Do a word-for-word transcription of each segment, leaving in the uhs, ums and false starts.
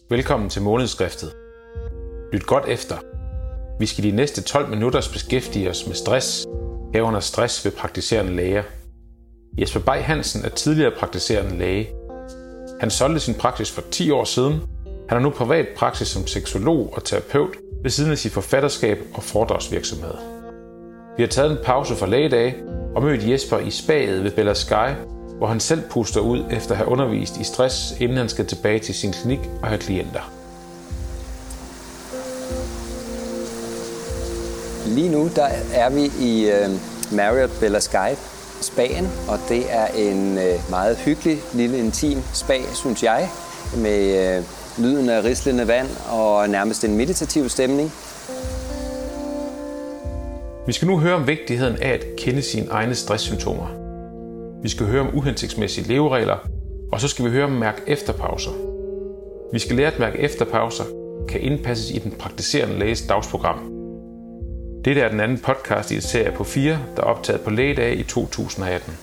Velkommen til månedskriftet. Lyt godt efter. Vi skal de næste tolv minutter beskæftige os med stress, herunder stress ved praktiserende læger. Jesper Bay Hansen er tidligere praktiserende læge. Han solgte sin praksis for ti år siden. Han har nu privat praksis som seksolog og terapeut ved siden af sit forfatterskab og foredragsvirksomhed. Vi har taget en pause fra lægedage og mødt Jesper i spaet ved Bella Sky, hvor han selv puster ud efter at have undervist i stress, inden han skal tilbage til sin klinik og have klienter. Lige nu der er vi i uh, Marriott Bella Sky spaen, og det er en uh, meget hyggelig, lille, intim spa, synes jeg, med uh, lyden af rislende vand og nærmest en meditativ stemning. Vi skal nu høre om vigtigheden af at kende sine egne stresssymptomer. Vi skal høre om uhensigtsmæssige leveregler, og så skal vi høre om mærk efterpauser. Vi skal lære at mærke efterpauser kan indpasses i den praktiserende læges dagsprogram. Dette er den anden podcast i en serie på fire, der er optaget på lægedage i to tusind og atten.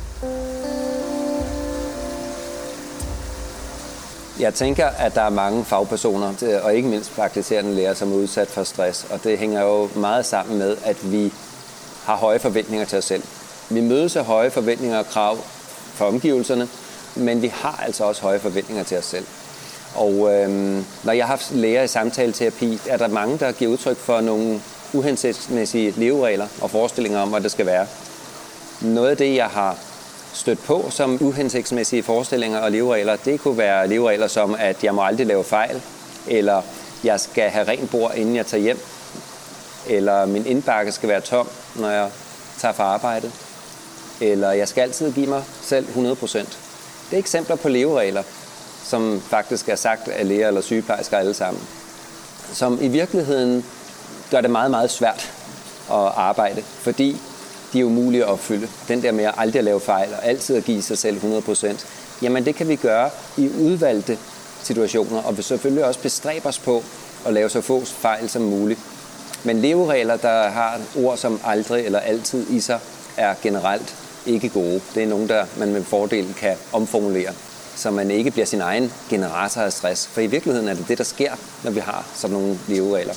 Jeg tænker, at der er mange fagpersoner, og ikke mindst praktiserende læger, som er udsat for stress. Og det hænger jo meget sammen med, at vi har høje forventninger til os selv. Vi mødes af høje forventninger og krav for omgivelserne, men vi har altså også høje forventninger til os selv. Og øhm, når jeg har haft læger i samtaleterapi, er der mange, der giver udtryk for nogle uhensigtsmæssige leveregler og forestillinger om, hvad det skal være. Noget af det, jeg har stødt på som uhensigtsmæssige forestillinger og leveregler, det kunne være leveregler som, at jeg må aldrig lave fejl, eller jeg skal have rent bord, inden jeg tager hjem, eller min indbakke skal være tom, når jeg tager fra arbejdet, eller jeg skal altid give mig selv hundrede procent. Det er eksempler på leveregler, som faktisk er sagt af læger eller sygeplejersker alle sammen, som i virkeligheden gør det meget, meget svært at arbejde, fordi de er umulige at opfylde. Den der med at aldrig at lave fejl og altid at give sig selv hundrede procent, jamen det kan vi gøre i udvalgte situationer, og vi selvfølgelig også bestræbe os på at lave så få fejl som muligt. Men leveregler, der har ord som aldrig eller altid i sig, er generelt ikke gode. Det er nogen, der man med fordel kan omformulere, så man ikke bliver sin egen generator af stress. For i virkeligheden er det det, der sker, når vi har sådan nogle leveregler.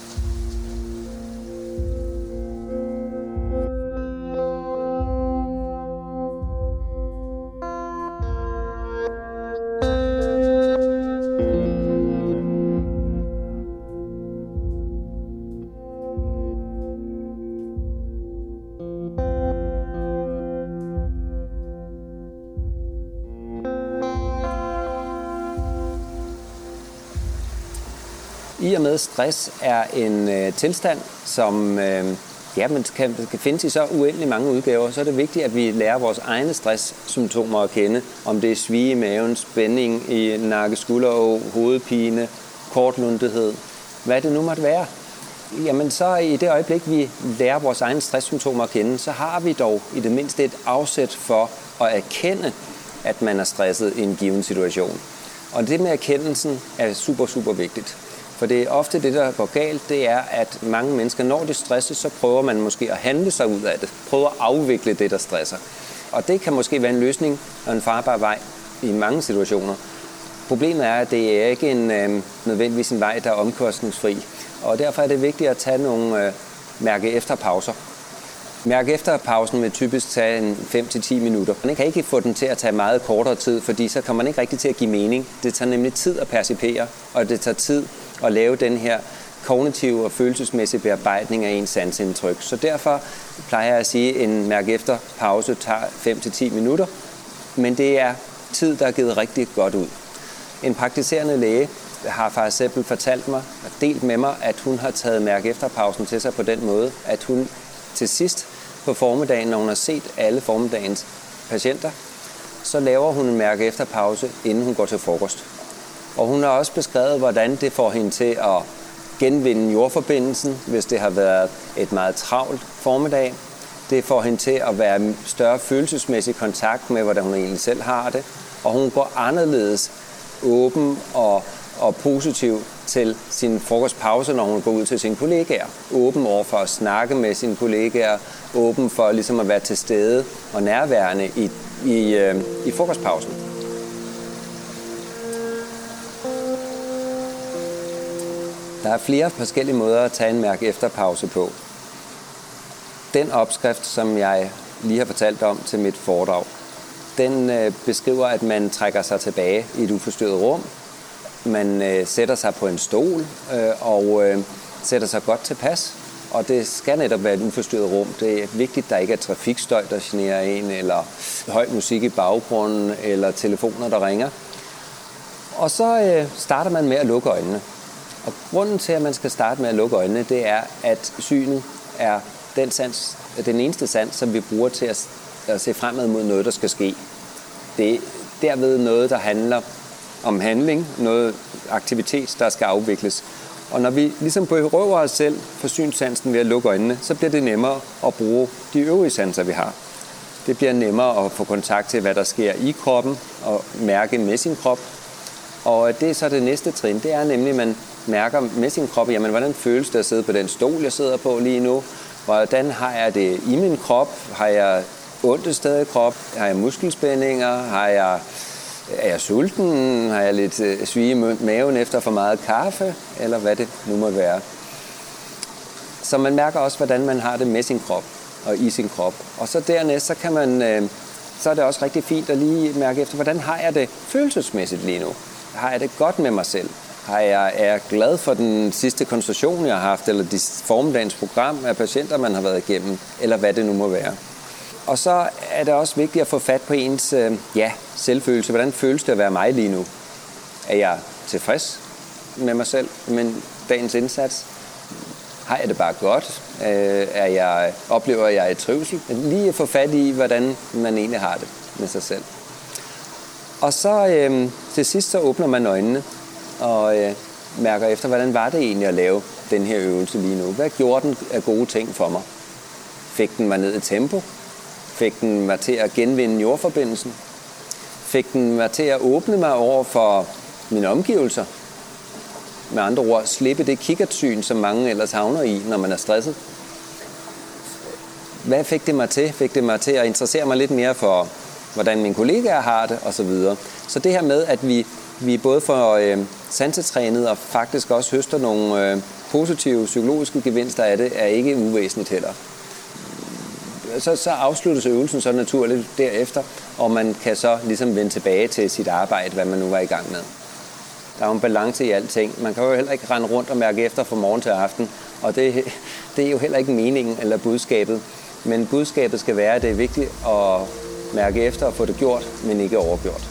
I og med stress er en øh, tilstand, som øh, ja, man kan, kan findes i så uendelig mange udgaver, så er det vigtigt, at vi lærer vores egne stresssymptomer at kende. Om det er svie i maven, spænding i nakke, skulder, hovedpine, kortlundighed, hvad det nu måtte være. Jamen så i det øjeblik, vi lærer vores egne stresssymptomer at kende, så har vi dog i det mindste et afsæt for at erkende, at man er stresset i en given situation. Og det med erkendelsen er super, super vigtigt. For det er ofte det, der går galt, det er, at mange mennesker, når de stresser, så prøver man måske at handle sig ud af det. Prøver at afvikle det, der stresser. Og det kan måske være en løsning og en farbar vej i mange situationer. Problemet er, at det er ikke en, øh, nødvendigvis en vej, der er omkostningsfri. Og derfor er det vigtigt at tage nogle øh, mærke efter pauser. Mærke efter pausen vil typisk tage en fem til ti minutter. Man kan ikke få den til at tage meget kortere tid, fordi så kommer man ikke rigtig til at give mening. Det tager nemlig tid at percipere, og det tager tid at lave den her kognitive og følelsesmæssige bearbejdning af ens sansindtryk. Så derfor plejer jeg at sige, at en mærke efter pause tager fem til ti minutter, men det er tid, der er givet rigtig godt ud. En praktiserende læge har for eksempel fortalt mig og delt med mig, at hun har taget mærke efter pausen til sig på den måde, at hun til sidst på formiddagen, når hun har set alle formiddagens patienter, så laver hun en mærke efter pause, inden hun går til frokost. Og hun har også beskrevet, hvordan det får hende til at genvinde jordforbindelsen, hvis det har været et meget travlt formiddag. Det får hende til at være i større følelsesmæssig kontakt med, hvordan hun egentlig selv har det. Og hun går anderledes åben og, og positiv til sin frokostpause, når hun går ud til sine kollegaer. Åben over for at snakke med sine kollegaer. Åben for ligesom at være til stede og nærværende i, i, øh, i frokostpausen. Der er flere forskellige måder at tage en mærke efter pause på. Den opskrift, som jeg lige har fortalt om til mit foredrag, den øh, beskriver, at man trækker sig tilbage i et uforstyrret rum. Man øh, sætter sig på en stol øh, og øh, sætter sig godt tilpas. Og det skal netop være et uforstyrret rum. Det er vigtigt, at der ikke er trafikstøj, der generer en, eller høj musik i baggrunden, eller telefoner, der ringer. Og så øh, starter man med at lukke øjnene. Og grunden til, at man skal starte med at lukke øjnene, det er, at synet er den, sans, den eneste sans, som vi bruger til at, at se fremad mod noget, der skal ske. Det er derved noget, der handler om handling, noget aktivitet, der skal afvikles. Og når vi ligesom berøver os selv for synssansen ved at lukke øjnene, så bliver det nemmere at bruge de øvrige sanser, vi har. Det bliver nemmere at få kontakt til, hvad der sker i kroppen, og mærke med sin krop. Og det er så det næste trin. Det er nemlig, at man mærker med sin krop, jamen, hvordan føles det at sidde på den stol, jeg sidder på lige nu? Hvordan har jeg det i min krop? Har jeg ondt et sted i krop? Har jeg muskelspændinger? Har jeg, er jeg sulten? Har jeg lidt øh, svige i maven efter for meget kaffe? Eller hvad det nu må være. Så man mærker også, hvordan man har det med sin krop og i sin krop. Og så dernæst, så, kan man, øh, så er det også rigtig fint at lige mærke efter, hvordan har jeg det følelsesmæssigt lige nu? Har jeg det godt med mig selv? Har jeg, er jeg glad for den sidste konsultation, jeg har haft, eller de formiddagens program af patienter, man har været igennem, eller hvad det nu må være. Og så er det også vigtigt at få fat på ens øh, ja, selvfølelse. Hvordan føles det at være mig lige nu? Er jeg tilfreds med mig selv, med dagens indsats? Har jeg det bare godt? Øh, er jeg, oplever jeg et trivsel? Lige at få fat i, hvordan man egentlig har det med sig selv. Og så øh, til sidst så åbner man øjnene og øh, mærker efter, hvordan var det egentlig at lave den her øvelse lige nu? Hvad gjorde den af gode ting for mig? Fik den mig ned i tempo? Fik den mig til at genvinde jordforbindelsen? Fik den mig til at åbne mig over for mine omgivelser? Med andre ord, slippe det kikkertsyn, som mange ellers havner i, når man er stresset. Hvad fik det mig til? Fik det mig til at interessere mig lidt mere for, hvordan mine kollegaer har det, osv. Så det her med, at vi, vi både får øh, sansetrænet og faktisk også høster nogle øh, positive psykologiske gevinster af det, er ikke uvæsentligt heller. Så, så afsluttes øvelsen så naturligt derefter, og man kan så ligesom vende tilbage til sit arbejde, hvad man nu var i gang med. Der er jo en balance i alting. Man kan jo heller ikke rende rundt og mærke efter fra morgen til aften, og det, det er jo heller ikke meningen eller budskabet. Men budskabet skal være, at det er vigtigt at mærke efter og få det gjort, men ikke overgjort.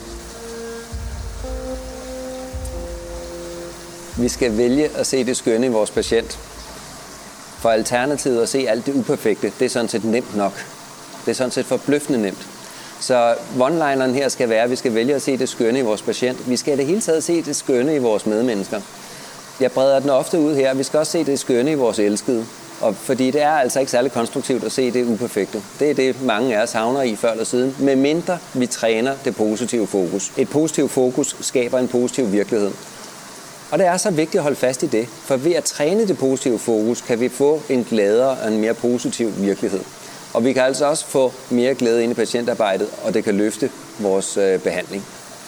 Vi skal vælge at se det skønne i vores patient. For alternativet at se alt det uperfekte, det er sådan set nemt nok. Det er sådan set forbløffende nemt. Så one-lineren her skal være, at vi skal vælge at se det skønne i vores patient. Vi skal i det hele taget se det skønne i vores medmennesker. Jeg breder den ofte ud her. Vi skal også se det skønne i vores elskede. Og fordi det er altså ikke særlig konstruktivt at se det uperfekte. Det er det, mange af os havner i før eller siden. Med mindre vi træner det positive fokus. Et positivt fokus skaber en positiv virkelighed. Og det er så vigtigt at holde fast i det. For ved at træne det positive fokus, kan vi få en gladere og en mere positiv virkelighed. Og vi kan altså også få mere glæde ind i patientarbejdet, og det kan løfte vores øh, behandling.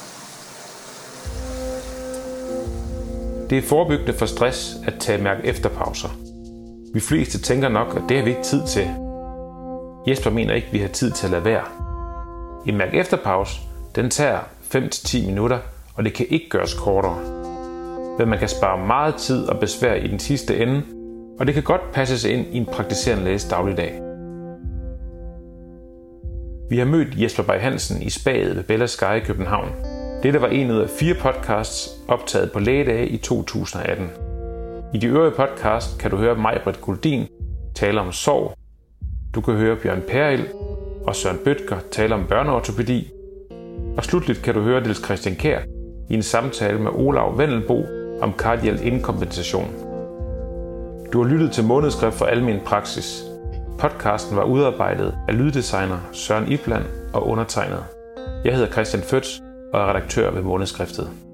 Det er forebyggende for stress at tage mærke efter pauser. Vi fleste tænker nok, at det har vi ikke tid til. Jesper mener ikke, at vi har tid til at lade være. En mærke efter pause, den tager fem til ti minutter, og det kan ikke gøres kortere. Men man kan spare meget tid og besvær i den sidste ende, og det kan godt passes ind i en praktiserende læges dagligdag. Vi har mødt Jesper Bay Hansen i spaget ved Bella Sky i København. Dette var en ud af fire podcasts optaget på lægedage i to tusind og atten. I de øvrige podcast kan du høre Maj-Britt Guldin tale om sorg. Du kan høre Bjørn Perild og Søren Bødker tale om børneortopædi. Og slutligt kan du høre Niels Christian Kjær i en samtale med Olav Vendelbo om kardial inkompensation. Du har lyttet til Månedsskrift for Almen Praksis. Podcasten var udarbejdet af lyddesigner Søren Ibland og undertegnet. Jeg hedder Christian Føtz og er redaktør ved Månedsskriftet.